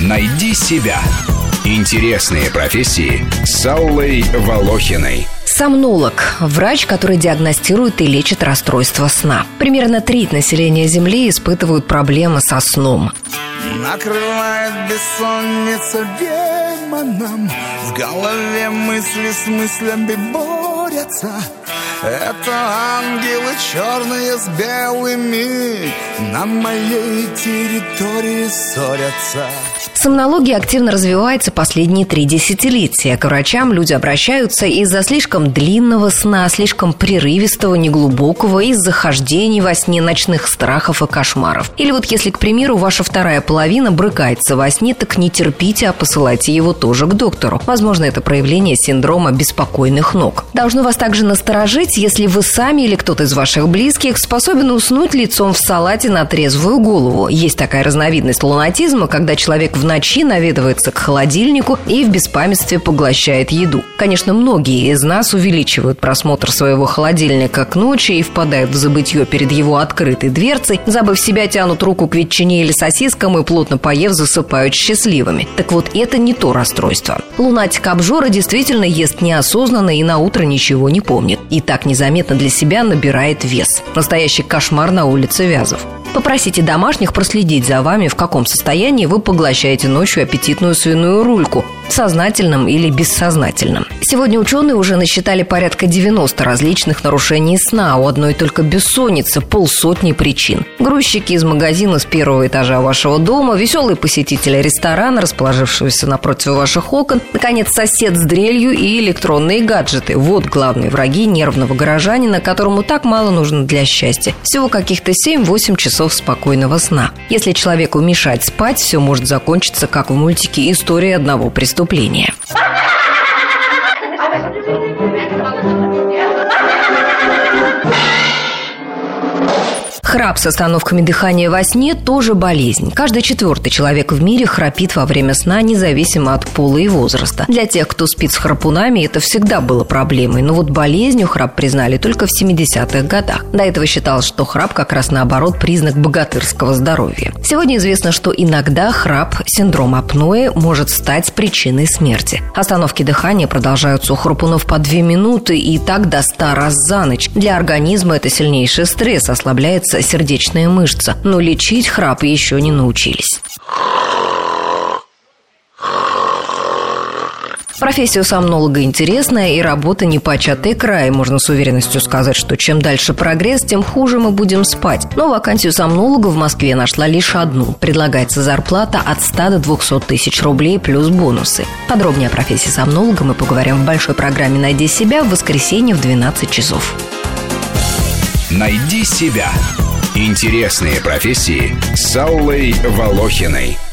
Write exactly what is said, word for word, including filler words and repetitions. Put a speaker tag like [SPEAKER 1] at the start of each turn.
[SPEAKER 1] Найди себя. Интересные профессии с Аллой Волохиной.
[SPEAKER 2] Сомнолог – врач, который диагностирует и лечит расстройства сна. Примерно треть населения Земли испытывают проблемы со сном.
[SPEAKER 3] Накрывает бессонница демоном, в голове мысли с мыслями борются. Это ангелы черные с белыми на моей территории ссорятся.
[SPEAKER 2] Сомнология активно развивается последние три десятилетия. К врачам люди обращаются из-за слишком длинного сна, слишком прерывистого, неглубокого, из-за хождений во сне, ночных страхов и кошмаров. Или вот если, к примеру, ваша вторая половина брыкается во сне, так не терпите, а посылайте его тоже к доктору. Возможно, это проявление синдрома беспокойных ног. Должно вас также насторожить, если вы сами или кто-то из ваших близких способен уснуть лицом в салате на трезвую голову. Есть такая разновидность лунатизма, когда человек в ночи наведывается к холодильнику и в беспамятстве поглощает еду. Конечно, многие из нас увеличивают просмотр своего холодильника к ночи и впадают в забытье перед его открытой дверцей, забыв себя, тянут руку к ветчине или сосискам и, плотно поев, засыпают счастливыми. Так вот, это не то расстройство. Лунатик-обжора действительно ест неосознанно и на утро ничего не помнит. И так незаметно для себя набирает вес. Настоящий кошмар на улице Вязов. Попросите домашних проследить за вами, в каком состоянии вы поглощаете ночью аппетитную свиную рульку, сознательным или бессознательным. Сегодня ученые уже насчитали порядка девяносто различных нарушений сна, у одной только бессонницы полсотни причин. Грузчики из магазина с первого этажа вашего дома, веселые посетители ресторана, расположившегося напротив ваших окон, наконец, сосед с дрелью и электронные гаджеты. Вот главные враги нервного горожанина, которому так мало нужно для счастья. Всего каких-то семь-восемь часов спокойного сна. Если человеку мешать спать, все может закончиться, как в мультике «История одного преступления». Храп с остановками дыхания во сне тоже болезнь. Каждый четвертый человек в мире храпит во время сна, независимо от пола и возраста. Для тех, кто спит с храпунами, это всегда было проблемой. Но вот болезнью храп признали только в семидесятых годах. До этого считалось, что храп как раз наоборот признак богатырского здоровья. Сегодня известно, что иногда храп, синдром апноэ, может стать причиной смерти. Остановки дыхания продолжаются у храпунов по две минуты и так до ста раз за ночь. Для организма это сильнейший стресс, ослабляется сердечная мышца, но лечить храп еще не научились. Профессия у сомнолога интересная и работа непочатый край. Можно с уверенностью сказать, что чем дальше прогресс, тем хуже мы будем спать. Но вакансию сомнолога в Москве нашла лишь одну. Предлагается зарплата от ста до двухсот тысяч рублей плюс бонусы. Подробнее о профессии сомнолога мы поговорим в большой программе «Найди себя» в воскресенье в двенадцать часов.
[SPEAKER 1] Найди себя. Интересные профессии с Аллой Волохиной.